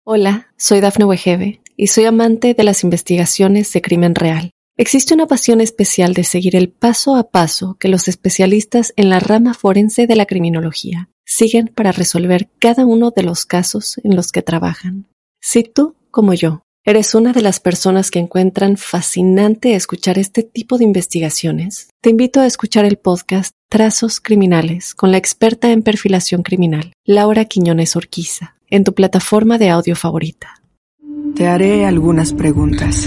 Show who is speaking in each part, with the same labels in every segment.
Speaker 1: Hola, soy Dafne Wegebe y soy amante de las investigaciones de crimen real. Existe una pasión especial de seguir el paso a paso que los especialistas en la rama forense de la criminología siguen para resolver cada uno de los casos en los que trabajan. Si tú, como yo, eres una de las personas que encuentran fascinante escuchar este tipo de investigaciones, te invito a escuchar el podcast Trazos Criminales con la experta en perfilación criminal, Laura Quiñones Orquiza, en tu plataforma de audio favorita.
Speaker 2: Te haré algunas preguntas.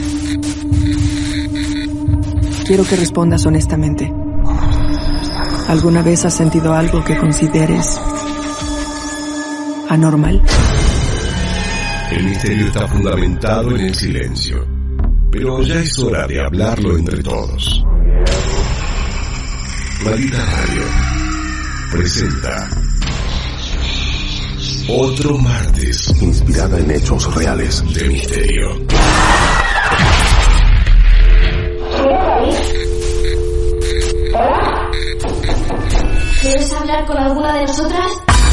Speaker 2: Quiero que respondas honestamente. ¿Alguna vez has sentido algo que consideres anormal?
Speaker 3: El misterio está fundamentado en el silencio, pero ya es hora de hablarlo entre todos. Maldita Radio presenta otro martes
Speaker 4: inspirada en hechos reales
Speaker 3: de misterio.
Speaker 5: ¿Quieres hablar con alguna de nosotras?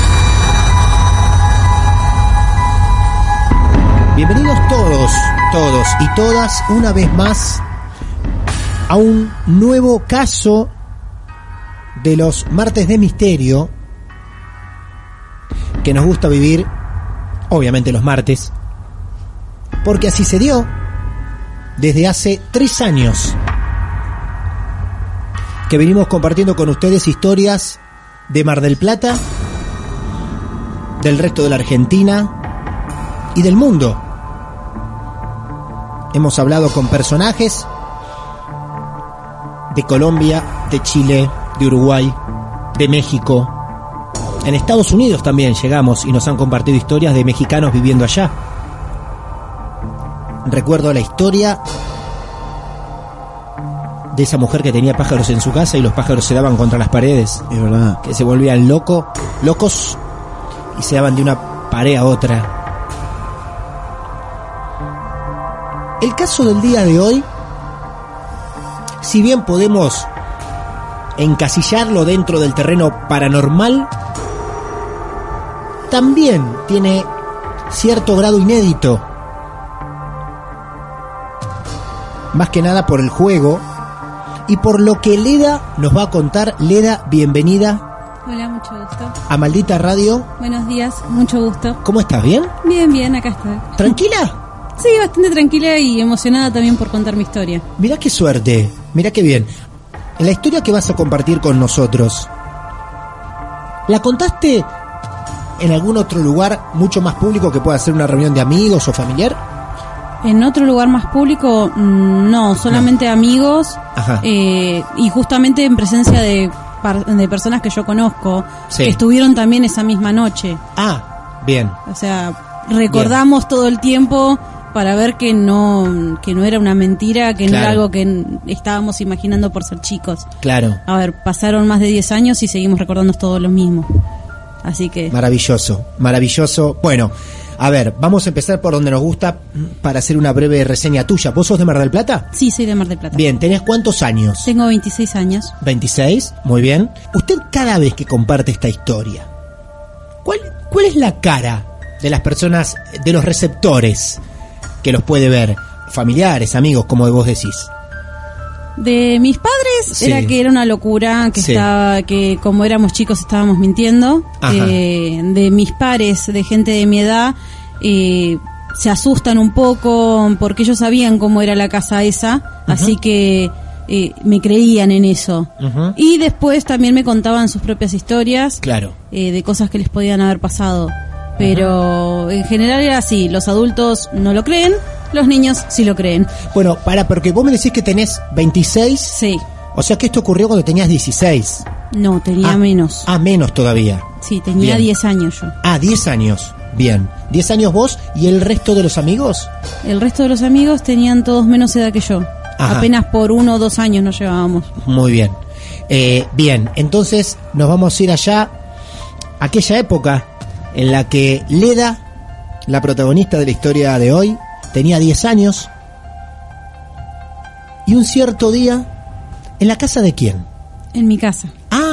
Speaker 6: Bienvenidos todos y todas una vez más a un nuevo caso de los martes de misterio que nos gusta vivir, obviamente los martes, porque así se dio desde hace 3 años que venimos compartiendo con ustedes historias de Mar del Plata, del resto de la Argentina y del mundo. Hemos hablado con personajes de Colombia, de Chile, de Uruguay, de México. En Estados Unidos también llegamos y nos han compartido historias de mexicanos viviendo allá. Recuerdo la historia de esa mujer que tenía pájaros en su casa y los pájaros se daban contra las paredes. Es verdad. Que se volvían locos y se daban de una pared a otra. El caso del día de hoy, si bien podemos encasillarlo dentro del terreno paranormal, también tiene cierto grado inédito. Más que nada por el juego y por lo que Leda nos va a contar. Leda, bienvenida.
Speaker 7: Hola, mucho gusto.
Speaker 6: A Maldita Radio.
Speaker 7: Buenos días, mucho gusto.
Speaker 6: ¿Cómo estás? ¿Bien?
Speaker 7: Bien, acá estoy.
Speaker 6: ¿Tranquila?
Speaker 7: Sí, bastante tranquila y emocionada también por contar mi historia.
Speaker 6: Mirá qué suerte, mirá qué bien. En la historia que vas a compartir con nosotros, ¿la contaste en algún otro lugar mucho más público que pueda ser una reunión de amigos o familiar?
Speaker 7: En otro lugar más público, no, solamente amigos.
Speaker 6: Ajá.
Speaker 7: Y justamente en presencia de personas que yo conozco,
Speaker 6: sí,
Speaker 7: que estuvieron también esa misma noche.
Speaker 6: Ah, bien.
Speaker 7: O sea, recordamos bien todo el tiempo para ver que no era una mentira, que claro, no era algo que estábamos imaginando por ser chicos.
Speaker 6: Claro.
Speaker 7: A ver, pasaron más de 10 años y seguimos recordando todos lo mismo. Así que... Maravilloso.
Speaker 6: Bueno, a ver, vamos a empezar por donde nos gusta para hacer una breve reseña tuya. ¿Vos sos de Mar del Plata?
Speaker 7: Sí, soy de Mar del Plata.
Speaker 6: Bien, ¿tenés cuántos años?
Speaker 7: Tengo 26 años.
Speaker 6: 26, muy bien. Usted cada vez que comparte esta historia, ¿cuál es la cara de las personas, de los receptores que los puede ver? Familiares, amigos, como vos decís.
Speaker 7: De mis padres, sí, era que era una locura, que sí, que como éramos chicos estábamos mintiendo. De mis pares, de gente de mi edad, se asustan un poco porque ellos sabían cómo era la casa esa, así que me creían en eso. Y después también me contaban sus propias historias, claro, de cosas que les podían haber pasado. Pero en general era así, los adultos no lo creen, los niños sí lo creen. Bueno, porque vos me decís que tenés 26. Sí. O sea que esto ocurrió cuando tenías 16. No, tenía menos.
Speaker 6: Menos todavía.
Speaker 7: Sí, tenía 10 años yo.
Speaker 6: 10 años, bien. 10 años vos, ¿y el resto de los amigos?
Speaker 7: El resto de los amigos tenían todos menos edad que yo. Ajá. Apenas por 1 o 2 años nos llevábamos.
Speaker 6: Muy bien. Bien, entonces nos vamos a ir allá, aquella época en la que Leda, la protagonista de la historia de hoy, tenía 10 años. Y un cierto día, ¿en la casa de quién?
Speaker 7: En mi casa.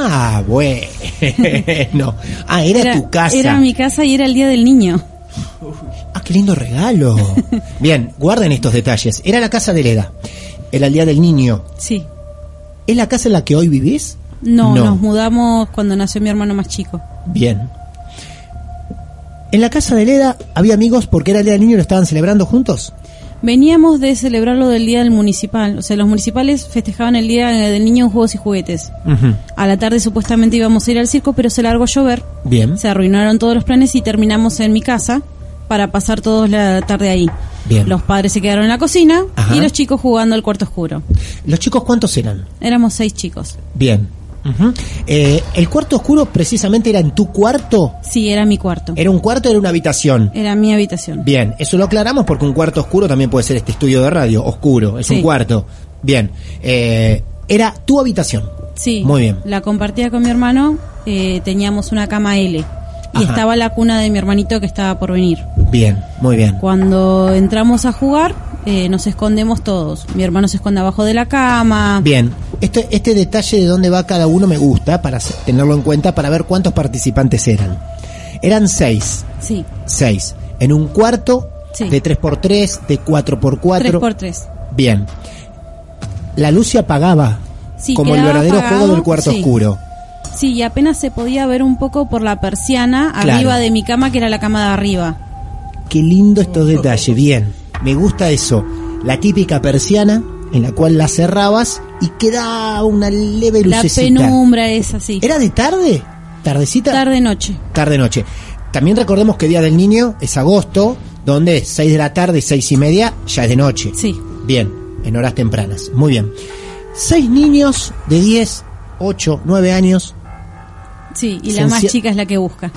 Speaker 6: Bueno. Era tu casa.
Speaker 7: Era mi casa y era el día del niño.
Speaker 6: ¡Qué lindo regalo! Bien, guarden estos detalles. Era la casa de Leda. Era el Día del Niño.
Speaker 7: Sí.
Speaker 6: ¿Es la casa en la que hoy vivís?
Speaker 7: No, nos mudamos cuando nació mi hermano más chico.
Speaker 6: Bien. ¿En la casa de Leda había amigos porque era el Día del Niño y lo estaban celebrando juntos?
Speaker 7: Veníamos de celebrarlo del Día del Municipal. O sea, los municipales festejaban el Día del Niño en juegos y juguetes. Uh-huh. A la tarde supuestamente íbamos a ir al circo, pero se largó a llover.
Speaker 6: Bien.
Speaker 7: Se arruinaron todos los planes y terminamos en mi casa para pasar todos la tarde ahí.
Speaker 6: Bien.
Speaker 7: Los padres se quedaron en la cocina. Ajá. Y los chicos jugando al cuarto oscuro.
Speaker 6: ¿Los chicos cuántos eran?
Speaker 7: Éramos 6 chicos.
Speaker 6: Bien. Uh-huh. ¿El cuarto oscuro precisamente era en tu cuarto?
Speaker 7: Sí, era mi cuarto.
Speaker 6: ¿Era un cuarto o era una habitación?
Speaker 7: Era mi habitación.
Speaker 6: Bien, eso lo aclaramos porque un cuarto oscuro también puede ser este estudio de radio, oscuro, es un cuarto. Bien, era tu habitación.
Speaker 7: Sí,
Speaker 6: muy bien.
Speaker 7: La compartía con mi hermano, teníamos una cama L. Y estaba la cuna de mi hermanito que estaba por venir.
Speaker 6: Bien, muy bien.
Speaker 7: Cuando entramos a jugar, nos escondemos todos. Mi hermano se esconde abajo de la cama.
Speaker 6: Bien, este detalle de dónde va cada uno me gusta para tenerlo en cuenta, para ver cuántos participantes eran. Eran 6.
Speaker 7: Sí.
Speaker 6: 6. En un cuarto, de 3x3, de 4x4.
Speaker 7: 3x3.
Speaker 6: Bien. La luz se apagaba, como el verdadero juego del cuarto oscuro.
Speaker 7: Sí, y apenas se podía ver un poco por la persiana arriba de mi cama, que era la cama de arriba.
Speaker 6: Qué lindo estos detalles, bien. Me gusta eso. La típica persiana en la cual la cerrabas y quedaba una leve lucecita.
Speaker 7: La penumbra es así.
Speaker 6: ¿Era de tarde? ¿Tardecita?
Speaker 7: Tarde-noche.
Speaker 6: Tarde-noche. También recordemos que Día del Niño es agosto, donde 6 de la tarde, 6:30, ya es de noche.
Speaker 7: Sí.
Speaker 6: Bien, en horas tempranas. Muy bien. 6 niños de 10, 8, 9 años.
Speaker 7: Sí, y la más chica es la que busca.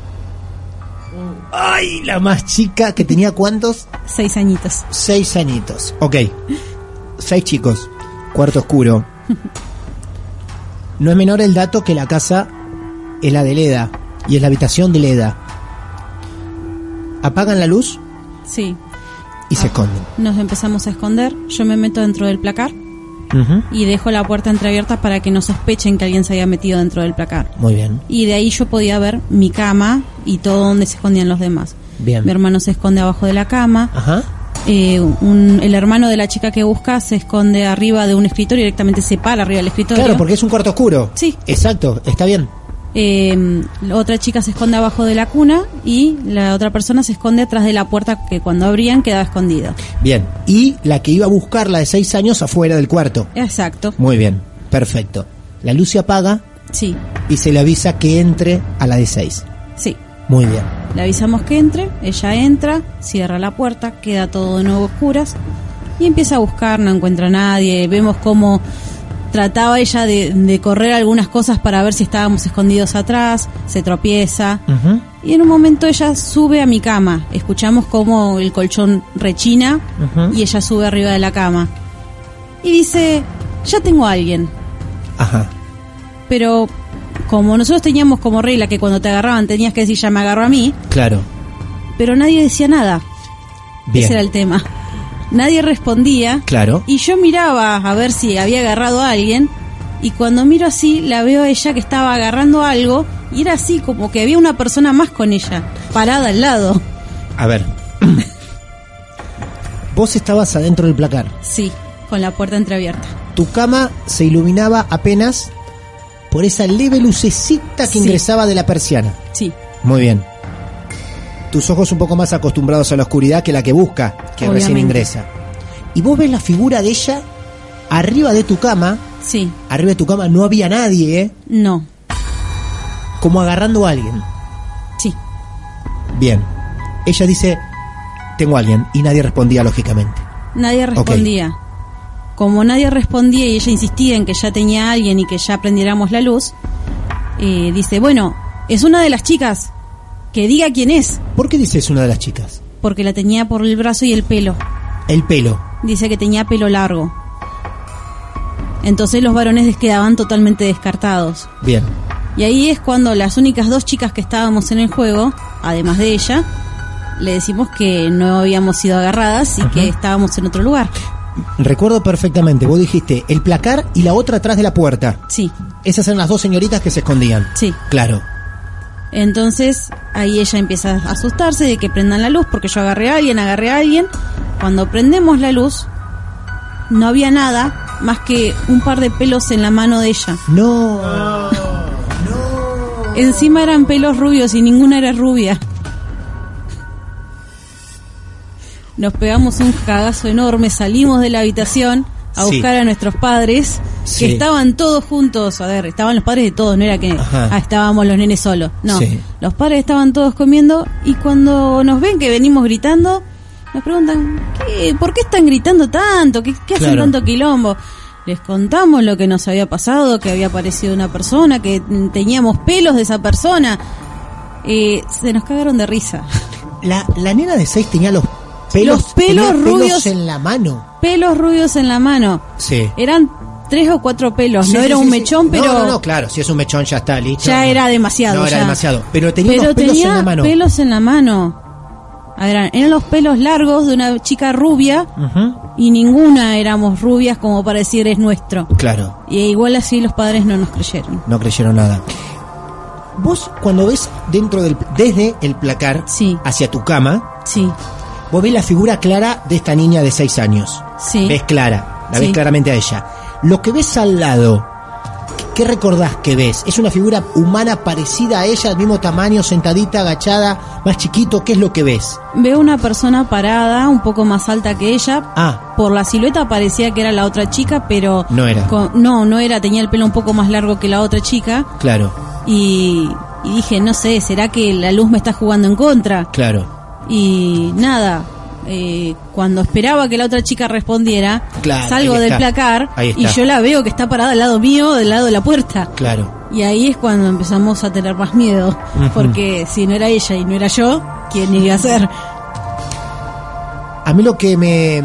Speaker 6: ¡Ay! La más chica, que tenía ¿cuántos?
Speaker 7: 6 añitos.
Speaker 6: 6 añitos. Ok. 6 chicos. Cuarto oscuro. No es menor el dato que la casa es la de Leda y es la habitación de Leda. ¿Apagan la luz?
Speaker 7: Sí.
Speaker 6: Y se esconden.
Speaker 7: Nos empezamos a esconder. Yo me meto dentro del placar.
Speaker 6: Uh-huh.
Speaker 7: Y dejo la puerta entreabierta para que no sospechen que alguien se había metido dentro del placar.
Speaker 6: Muy bien.
Speaker 7: Y de ahí yo podía ver mi cama y todo donde se escondían los demás.
Speaker 6: Bien.
Speaker 7: Mi hermano se esconde abajo de la cama.
Speaker 6: Ajá.
Speaker 7: El hermano de la chica que busca se esconde arriba de un escritorio, directamente se para arriba del escritorio.
Speaker 6: Claro, porque es un cuarto oscuro.
Speaker 7: Sí.
Speaker 6: Exacto, está bien.
Speaker 7: La otra chica se esconde abajo de la cuna y la otra persona se esconde atrás de la puerta que cuando abrían quedaba escondida.
Speaker 6: Bien, y la que iba a buscar, la de 6 años, afuera del cuarto.
Speaker 7: Exacto.
Speaker 6: Muy bien, perfecto. La luz se apaga.
Speaker 7: Sí.
Speaker 6: Y se le avisa que entre a la de 6.
Speaker 7: Sí.
Speaker 6: Muy bien.
Speaker 7: Le avisamos que entre, ella entra, cierra la puerta, queda todo de nuevo a oscuras y empieza a buscar, no encuentra a nadie. Vemos cómo trataba ella de correr algunas cosas para ver si estábamos escondidos atrás, se tropieza. Uh-huh. Y en un momento ella sube a mi cama, escuchamos cómo el colchón rechina. Uh-huh. Y ella sube arriba de la cama y dice, ya tengo a alguien.
Speaker 6: Ajá.
Speaker 7: Pero como nosotros teníamos como regla que cuando te agarraban tenías que decir ya me agarró a mí.
Speaker 6: Claro.
Speaker 7: Pero nadie decía nada.
Speaker 6: Bien.
Speaker 7: Ese era el tema. Nadie respondía.
Speaker 6: Claro.
Speaker 7: Y yo miraba a ver si había agarrado a alguien. Y cuando miro así, la veo a ella que estaba agarrando algo. Y era así, como que había una persona más con ella, parada al lado.
Speaker 6: A ver. Vos estabas adentro del placar.
Speaker 7: Sí, con la puerta entreabierta.
Speaker 6: Tu cama se iluminaba apenas por esa leve lucecita que ingresaba de la persiana.
Speaker 7: Sí.
Speaker 6: Muy bien. Tus ojos un poco más acostumbrados a la oscuridad que la que busca, que obviamente recién ingresa. Y vos ves la figura de ella arriba de tu cama.
Speaker 7: Sí.
Speaker 6: Arriba de tu cama no había nadie, ¿eh?
Speaker 7: No.
Speaker 6: Como agarrando a alguien.
Speaker 7: Sí.
Speaker 6: Bien. Ella dice, tengo a alguien, y nadie respondía, lógicamente.
Speaker 7: Nadie respondía. Okay. Como nadie respondía y ella insistía en que ya tenía a alguien y que ya prendiéramos la luz, dice, bueno, es una de las chicas. Que diga quién es.
Speaker 6: ¿Por qué dice es una de las chicas?
Speaker 7: Porque la tenía por el brazo y el pelo.
Speaker 6: ¿El pelo?
Speaker 7: Dice que tenía pelo largo. Entonces los varones quedaban totalmente descartados.
Speaker 6: Bien.
Speaker 7: Y ahí es cuando las únicas 2 chicas que estábamos en el juego, además de ella, le decimos que no habíamos sido agarradas y que estábamos en otro lugar.
Speaker 6: Recuerdo perfectamente, vos dijiste el placar y la otra atrás de la puerta.
Speaker 7: Sí.
Speaker 6: Esas eran las 2 señoritas que se escondían.
Speaker 7: Sí.
Speaker 6: Claro.
Speaker 7: Entonces ahí ella empieza a asustarse de que prendan la luz, porque yo agarré a alguien. Cuando prendemos la luz, no había nada más que un par de pelos en la mano de ella.
Speaker 6: No.
Speaker 7: Encima eran pelos rubios y ninguna era rubia. Nos pegamos un cagazo enorme, salimos de la habitación a buscar a nuestros padres, que estaban todos juntos. A ver, estaban los padres de todos, no era que estábamos los nenes solos. No, los padres estaban todos comiendo, y cuando nos ven que venimos gritando, nos preguntan, ¿por qué están gritando tanto? ¿Qué hacen tanto quilombo? Les contamos lo que nos había pasado, que había aparecido una persona, que teníamos pelos de esa persona. Se nos cagaron de risa.
Speaker 6: La nena de 6 tenía los pelos rubios en la mano.
Speaker 7: Pelos rubios en la mano.
Speaker 6: Sí.
Speaker 7: Eran 3 o 4 pelos, no era un mechón, pero...
Speaker 6: No, claro, si es un mechón ya está listo.
Speaker 7: Ya era demasiado.
Speaker 6: No, era demasiado. Pero tenía unos pelos en la mano.
Speaker 7: Pelos en la mano. A ver, eran los pelos largos de una chica rubia, y ninguna éramos rubias como para decir es nuestro.
Speaker 6: Claro.
Speaker 7: Y igual así los padres no nos creyeron.
Speaker 6: No creyeron nada. Vos cuando ves desde el placar hacia tu cama, vos ves la figura clara de esta niña de 6 años.
Speaker 7: Sí.
Speaker 6: Ves ves claramente a ella. Lo que ves al lado, ¿qué recordás que ves? ¿Es una figura humana parecida a ella, al mismo tamaño, sentadita, agachada, más chiquito? ¿Qué es lo que ves?
Speaker 7: Veo una persona parada, un poco más alta que ella. Por la silueta parecía que era la otra chica, pero...
Speaker 6: No era.
Speaker 7: No era, tenía el pelo un poco más largo que la otra chica.
Speaker 6: Claro.
Speaker 7: Y dije, no sé, ¿será que la luz me está jugando en contra?
Speaker 6: Claro.
Speaker 7: Y nada... cuando esperaba que la otra chica respondiera, salgo del placar y yo la veo que está parada al lado mío, del lado de la puerta.
Speaker 6: Claro.
Speaker 7: Y ahí es cuando empezamos a tener más miedo, porque si no era ella y no era yo, ¿quién iba a ser?
Speaker 6: A mí lo que me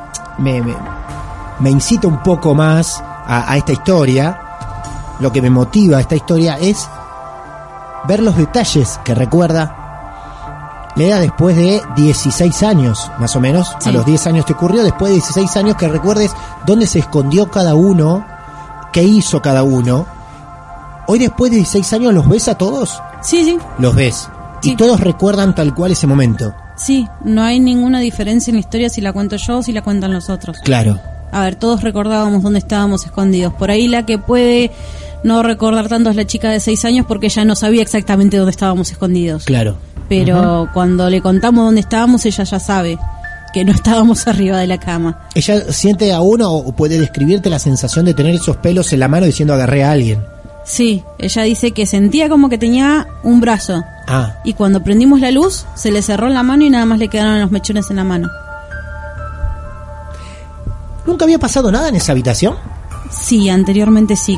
Speaker 6: incita un poco más a esta historia, lo que me motiva a esta historia es ver los detalles que recuerda Lea después de 16 años, más o menos. A los 10 años te ocurrió, después de 16 años que recuerdes dónde se escondió cada uno, qué hizo cada uno. Hoy después de 16 años, ¿los ves a todos?
Speaker 7: Sí.
Speaker 6: Los ves. Sí. Y todos recuerdan tal cual ese momento.
Speaker 7: Sí, no hay ninguna diferencia en la historia si la cuento yo o si la cuentan los otros.
Speaker 6: Claro.
Speaker 7: A ver, todos recordábamos dónde estábamos escondidos. Por ahí la que puede no recordar tanto es la chica de 6 años porque ella no sabía exactamente dónde estábamos escondidos.
Speaker 6: Claro.
Speaker 7: Pero cuando le contamos dónde estábamos, ella ya sabe que no estábamos arriba de la cama.
Speaker 6: ¿Ella siente a uno o puede describirte la sensación de tener esos pelos en la mano diciendo agarré a alguien?
Speaker 7: Sí, ella dice que sentía como que tenía un brazo. Y cuando prendimos la luz, se le cerró la mano y nada más le quedaron los mechones en la mano.
Speaker 6: ¿Nunca había pasado nada en esa habitación?
Speaker 7: Sí, anteriormente sí.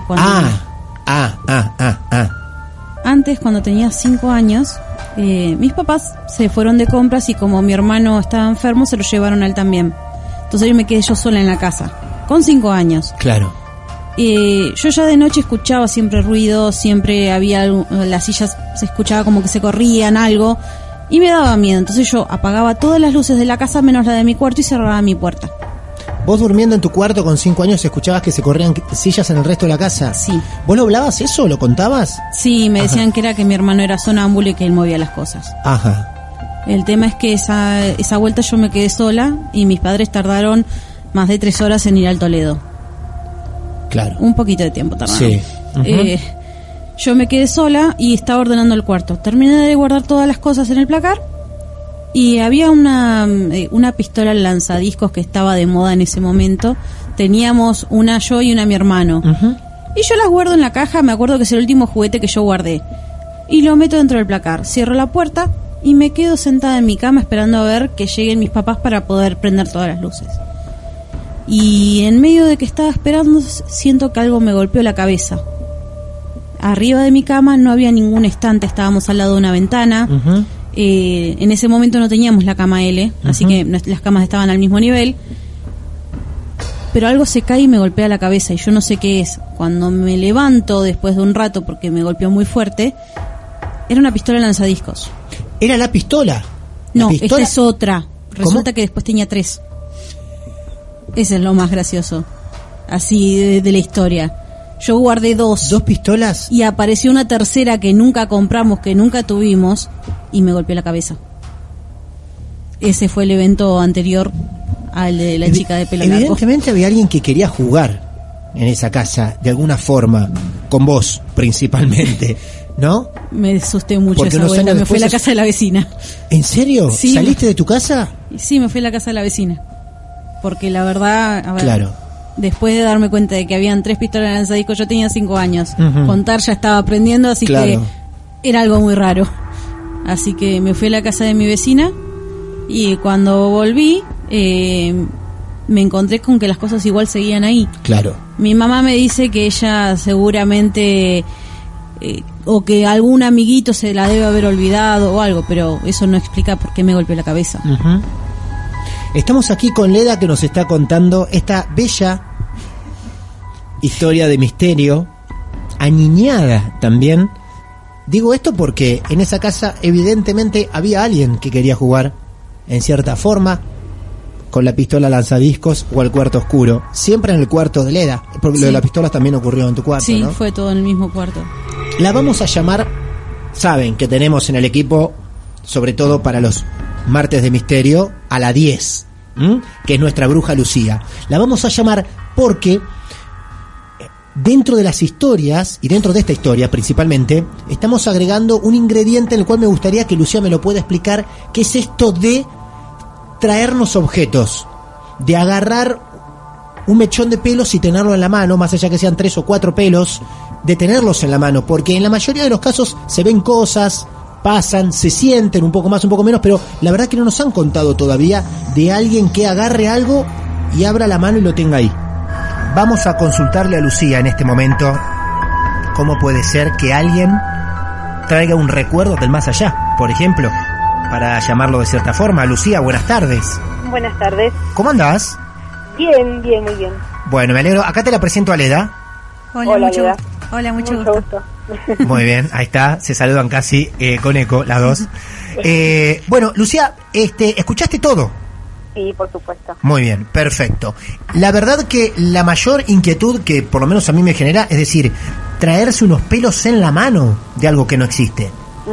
Speaker 7: Antes, cuando tenía 5 años, mis papás se fueron de compras y como mi hermano estaba enfermo, se lo llevaron a él también. Entonces yo me quedé yo sola en la casa, con 5 años.
Speaker 6: Claro.
Speaker 7: Yo ya de noche escuchaba siempre ruido, siempre había las sillas, se escuchaba como que se corrían algo y me daba miedo. Entonces yo apagaba todas las luces de la casa menos la de mi cuarto y cerraba mi puerta.
Speaker 6: ¿Vos durmiendo en tu cuarto con 5 años escuchabas que se corrían sillas en el resto de la casa?
Speaker 7: Sí.
Speaker 6: ¿Vos lo hablabas eso? ¿Lo contabas?
Speaker 7: Sí, me decían que era que mi hermano era sonámbulo y que él movía las cosas.
Speaker 6: Ajá.
Speaker 7: El tema es que esa vuelta yo me quedé sola y mis padres tardaron más de 3 horas en ir al Toledo.
Speaker 6: Claro.
Speaker 7: Un poquito de tiempo tardaron.
Speaker 6: Sí.
Speaker 7: Yo me quedé sola y estaba ordenando el cuarto. Terminé de guardar todas las cosas en el placar y había una pistola lanzadiscos que estaba de moda en ese momento. Teníamos una yo y una mi hermano. Y yo las guardo en la caja, me acuerdo que es el último juguete que yo guardé. Y lo meto dentro del placar. Cierro la puerta y me quedo sentada en mi cama esperando a ver que lleguen mis papás para poder prender todas las luces. Y en medio de que estaba esperando, siento que algo me golpeó la cabeza. Arriba de mi cama no había ningún estante, estábamos al lado de una ventana. En ese momento no teníamos la cama L, así que las camas estaban al mismo nivel. Pero algo se cae y me golpea la cabeza y yo no sé qué es. Cuando me levanto después de un rato, porque me golpeó muy fuerte, era una pistola lanzadiscos.
Speaker 6: ¿Era la pistola?
Speaker 7: No, esta es otra. Resulta que después tenía 3. Ese es lo más gracioso, así de la historia. Yo guardé 2.
Speaker 6: ¿2 pistolas?
Speaker 7: Y apareció una tercera que nunca compramos, que nunca tuvimos, y me golpeó la cabeza. Ese fue el evento anterior al de la chica de pelo largo.
Speaker 6: Evidentemente había alguien que quería jugar en esa casa, de alguna forma, con vos principalmente, ¿no?
Speaker 7: Me asusté mucho.
Speaker 6: Porque
Speaker 7: esa vuelta, me fui a la casa de la vecina.
Speaker 6: ¿En serio?
Speaker 7: Sí.
Speaker 6: ¿Saliste de tu casa?
Speaker 7: Sí, me fui a la casa de la vecina. Porque la verdad, a ver,
Speaker 6: claro,
Speaker 7: después de darme cuenta de que habían 3 pistolas en el lanzadisco, yo tenía 5 años.
Speaker 6: Uh-huh.
Speaker 7: Contar ya estaba aprendiendo, así
Speaker 6: claro,
Speaker 7: que era algo muy raro. Así que me fui a la casa de mi vecina y cuando volví me encontré con que las cosas igual seguían ahí.
Speaker 6: Claro.
Speaker 7: Mi mamá me dice que ella seguramente o que algún amiguito se la debe haber olvidado o algo, pero eso no explica por qué me golpeó la cabeza.
Speaker 6: Uh-huh. Estamos aquí con Leda, que nos está contando esta bella historia de misterio, aniñada también. Digo esto porque en esa casa evidentemente había alguien que quería jugar en cierta forma con la pistola lanzadiscos o el cuarto oscuro, siempre en el cuarto de Leda, porque sí, lo de las pistolas también ocurrió en tu cuarto,
Speaker 7: sí,
Speaker 6: ¿no?
Speaker 7: Fue todo en el mismo cuarto.
Speaker 6: La vamos a llamar, saben que tenemos en el equipo, sobre todo para los martes de misterio, a la 10, que es nuestra bruja Lucía. La vamos a llamar porque dentro de las historias, y dentro de esta historia principalmente, estamos agregando un ingrediente en el cual me gustaría que Lucía me lo pueda explicar, que es esto de traernos objetos, de agarrar un mechón de pelos y tenerlo en la mano, más allá que sean 3 o 4 pelos, de tenerlos en la mano, porque en la mayoría de los casos se ven cosas, pasan, se sienten un poco más, un poco menos, pero la verdad que no nos han contado todavía de alguien que agarre algo y abra la mano y lo tenga ahí. Vamos a consultarle a Lucía en este momento cómo puede ser que alguien traiga un recuerdo del más allá, por ejemplo, para llamarlo de cierta forma. Lucía, buenas tardes.
Speaker 8: Buenas tardes.
Speaker 6: ¿Cómo andás?
Speaker 8: Bien, bien, muy bien.
Speaker 6: Bueno, me alegro. Acá te la presento a Leda.
Speaker 8: Hola,
Speaker 7: mucho
Speaker 8: Leda.
Speaker 7: gusto. Hola, mucho gusto.
Speaker 6: Muy bien, ahí está, se saludan casi con eco las dos. Bueno, Lucía, ¿escuchaste todo?
Speaker 8: Sí, por supuesto.
Speaker 6: Muy bien, perfecto. La verdad que la mayor inquietud que por lo menos a mí me genera, es decir, traerse unos pelos en la mano de algo que no existe.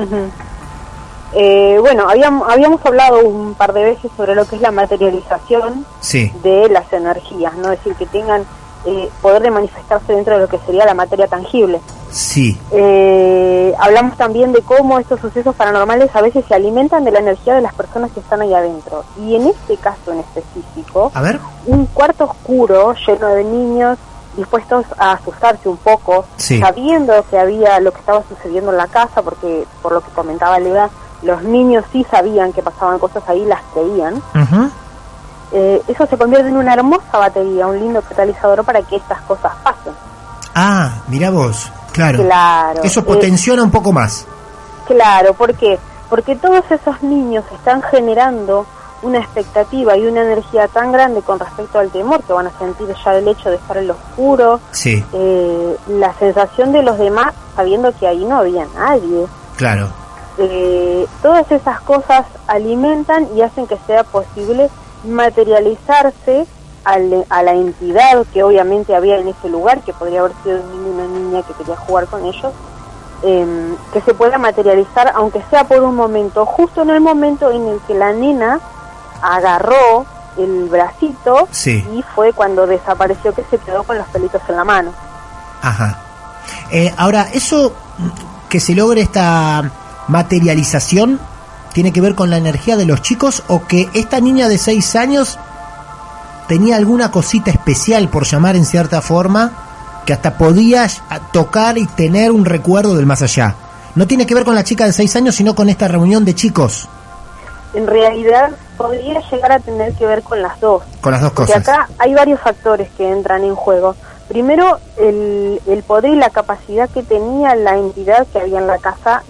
Speaker 8: Uh-huh. Bueno, habíamos hablado un par de veces sobre lo que es la materialización, sí, de las energías, ¿no? Es decir, que tengan poder de manifestarse dentro de lo que sería la materia tangible.
Speaker 6: Sí.
Speaker 8: Hablamos también de cómo estos sucesos paranormales a veces se alimentan de la energía de las personas que están ahí adentro. Y en este caso en específico,
Speaker 6: a ver,
Speaker 8: un cuarto oscuro lleno de niños dispuestos a asustarse un poco, sí, sabiendo que había lo que estaba sucediendo en la casa, porque por lo que comentaba Leda, los niños sí sabían que pasaban cosas ahí, las creían. Uh-huh. Eso se convierte en una hermosa batería, un lindo catalizador para que estas cosas pasen.
Speaker 6: Ah, mira vos, claro.
Speaker 8: Claro.
Speaker 6: Eso potenciona un poco más.
Speaker 8: Claro, ¿por qué? Porque todos esos niños están generando una expectativa y una energía tan grande con respecto al temor que van a sentir ya del hecho de estar en lo oscuro,
Speaker 6: sí,
Speaker 8: la sensación de los demás sabiendo que ahí no había nadie.
Speaker 6: Claro.
Speaker 8: Todas esas cosas alimentan y hacen que sea posible materializarse a la entidad que obviamente había en ese lugar, que podría haber sido un niño y una niña que quería jugar con ellos, que se pueda materializar, aunque sea por un momento, justo en el momento en el que la nena agarró el bracito, sí, y fue cuando desapareció, que se quedó con los pelitos en la mano.
Speaker 6: Ajá. Ahora, eso, que se logre esta materialización, ¿tiene que ver con la energía de los chicos o que esta niña de 6 años tenía alguna cosita especial, por llamar en cierta forma, que hasta podía tocar y tener un recuerdo del más allá? No tiene que ver con la chica de 6 años, sino con esta reunión de chicos.
Speaker 8: En realidad podría llegar a tener que ver con las dos.
Speaker 6: Con las dos cosas.
Speaker 8: Porque acá hay varios factores que entran en juego. Primero, el poder y la capacidad que tenía la entidad que había en la casa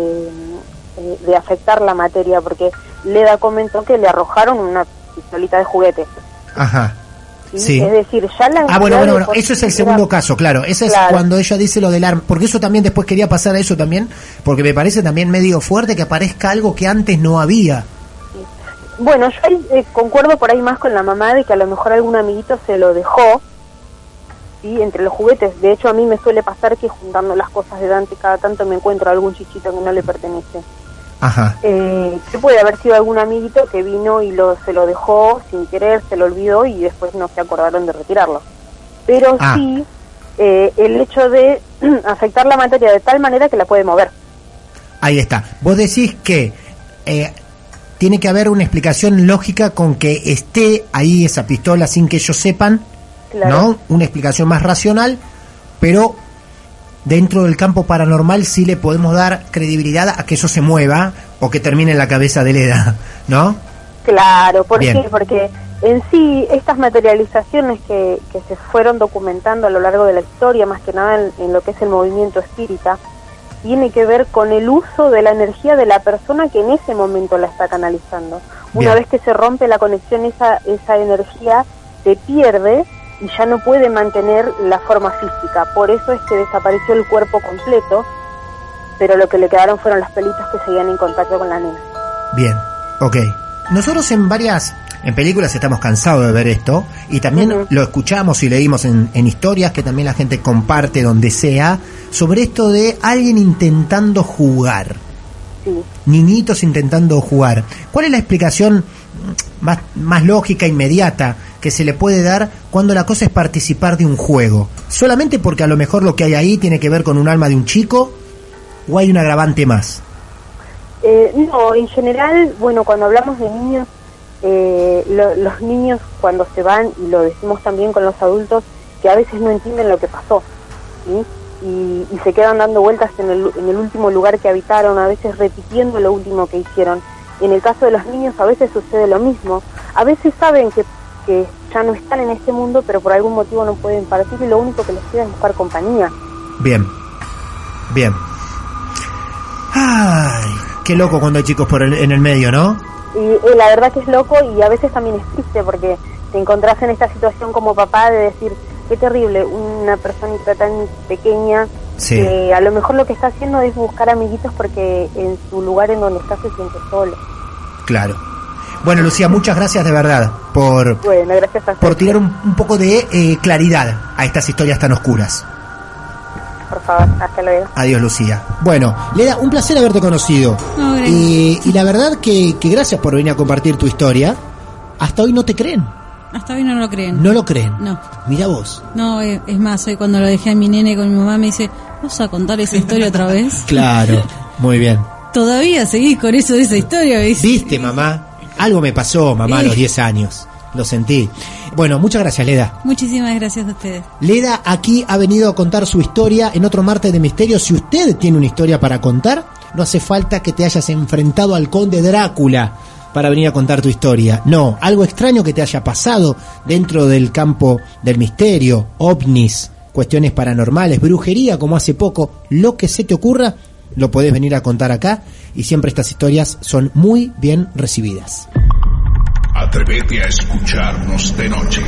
Speaker 8: de afectar la materia, porque Leda comentó que le arrojaron una pistolita de juguete.
Speaker 6: Ajá. Sí.
Speaker 8: Es decir, ya la
Speaker 6: bueno, eso es el segundo caso, claro. Ese es cuando ella dice lo del arma, porque eso también después quería pasar a eso también, porque me parece también medio fuerte que aparezca algo que antes no había.
Speaker 8: Bueno, yo concuerdo por ahí más con la mamá de que a lo mejor algún amiguito se lo dejó ¿sí? Entre los juguetes. De hecho, a mí me suele pasar que juntando las cosas de Dante cada tanto me encuentro algún chichito que no le pertenece.
Speaker 6: Ajá.
Speaker 8: Que puede haber sido algún amiguito que vino y se lo dejó sin querer, se lo olvidó y después no se acordaron de retirarlo. Pero sí, el hecho de afectar la materia de tal manera que la puede mover.
Speaker 6: Ahí está. Vos decís que tiene que haber una explicación lógica con que esté ahí esa pistola sin que ellos sepan, claro. ¿No? Una explicación más racional, pero dentro del campo paranormal sí le podemos dar credibilidad a que eso se mueva o que termine en la cabeza de Leda, ¿no?
Speaker 8: Claro, ¿por qué? Porque en sí estas materializaciones que se fueron documentando a lo largo de la historia, más que nada en lo que es el movimiento espírita, tiene que ver con el uso de la energía de la persona que en ese momento la está canalizando. Una vez que se rompe la conexión, esa energía se pierde y ya no puede mantener la forma física. Por eso es que desapareció el cuerpo completo, pero lo que le quedaron fueron los pelitos que seguían en contacto con la nena.
Speaker 6: Bien, ok. Nosotros en películas estamos cansados de ver esto, y también lo escuchamos y leímos en historias que también la gente comparte donde sea, sobre esto de alguien intentando jugar. Sí. Niñitos intentando jugar. ¿Cuál es la explicación más lógica, inmediata, que se le puede dar cuando la cosa es participar de un juego? ¿Solamente porque a lo mejor lo que hay ahí tiene que ver con un alma de un chico, o hay un agravante más?
Speaker 8: No, en general, bueno, cuando hablamos de niños, los niños cuando se van, y lo decimos también con los adultos, que a veces no entienden lo que pasó, ¿sí? Y se quedan dando vueltas en el último lugar que habitaron, a veces repitiendo lo último que hicieron. En el caso de los niños a veces sucede lo mismo. A veces saben que ya no están en este mundo, pero por algún motivo no pueden partir, y lo único que les queda es buscar compañía. Bien.
Speaker 6: Ay, qué loco cuando hay chicos en el medio, ¿no?
Speaker 8: Y la verdad que es loco, y a veces también es triste, porque te encontrás en esta situación como papá de decir, qué terrible, una personita tan pequeña, sí, que a lo mejor lo que está haciendo es buscar amiguitos porque en su lugar en donde está se siente solo.
Speaker 6: Claro. Bueno, Lucía, muchas gracias de verdad por tirar un poco de claridad a estas historias tan oscuras.
Speaker 8: Por favor, hasta luego.
Speaker 6: Adiós, Lucía. Bueno, Leda, un placer haberte conocido.
Speaker 7: No,
Speaker 6: y la verdad que gracias por venir a compartir tu historia. Hasta hoy no te creen.
Speaker 7: Hasta hoy no lo creen.
Speaker 6: ¿No lo creen?
Speaker 7: No.
Speaker 6: Mira vos.
Speaker 7: No, es más, hoy cuando lo dejé a mi nene con mi mamá me dice, ¿vas a contar esa historia otra vez?
Speaker 6: Claro, muy bien.
Speaker 7: Todavía seguís con eso de esa historia, ¿ves?
Speaker 6: ¿Viste, mamá? Algo me pasó, mamá, a los 10 años. Lo sentí. Bueno, muchas gracias, Leda.
Speaker 7: Muchísimas gracias a ustedes.
Speaker 6: Leda aquí ha venido a contar su historia en otro martes de misterio. Si usted tiene una historia para contar, no hace falta que te hayas enfrentado al conde Drácula para venir a contar tu historia. No, algo extraño que te haya pasado dentro del campo del misterio, ovnis, cuestiones paranormales, brujería, como hace poco, lo que se te ocurra, lo podés venir a contar acá, y siempre estas historias son muy bien recibidas.
Speaker 3: Atrévete a escucharnos de noche.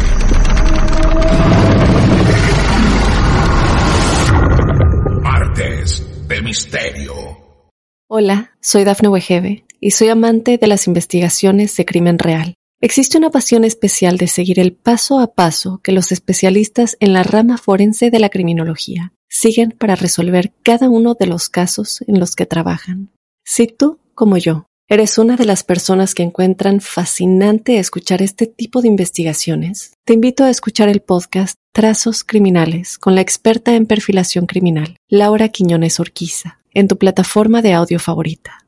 Speaker 3: Martes de Misterio.
Speaker 1: Hola, soy Dafne Wegebe y soy amante de las investigaciones de crimen real. Existe una pasión especial de seguir el paso a paso que los especialistas en la rama forense de la criminología siguen para resolver cada uno de los casos en los que trabajan. Si tú, como yo, eres una de las personas que encuentran fascinante escuchar este tipo de investigaciones, te invito a escuchar el podcast Trazos Criminales con la experta en perfilación criminal, Laura Quiñones Orquiza, en tu plataforma de audio favorita.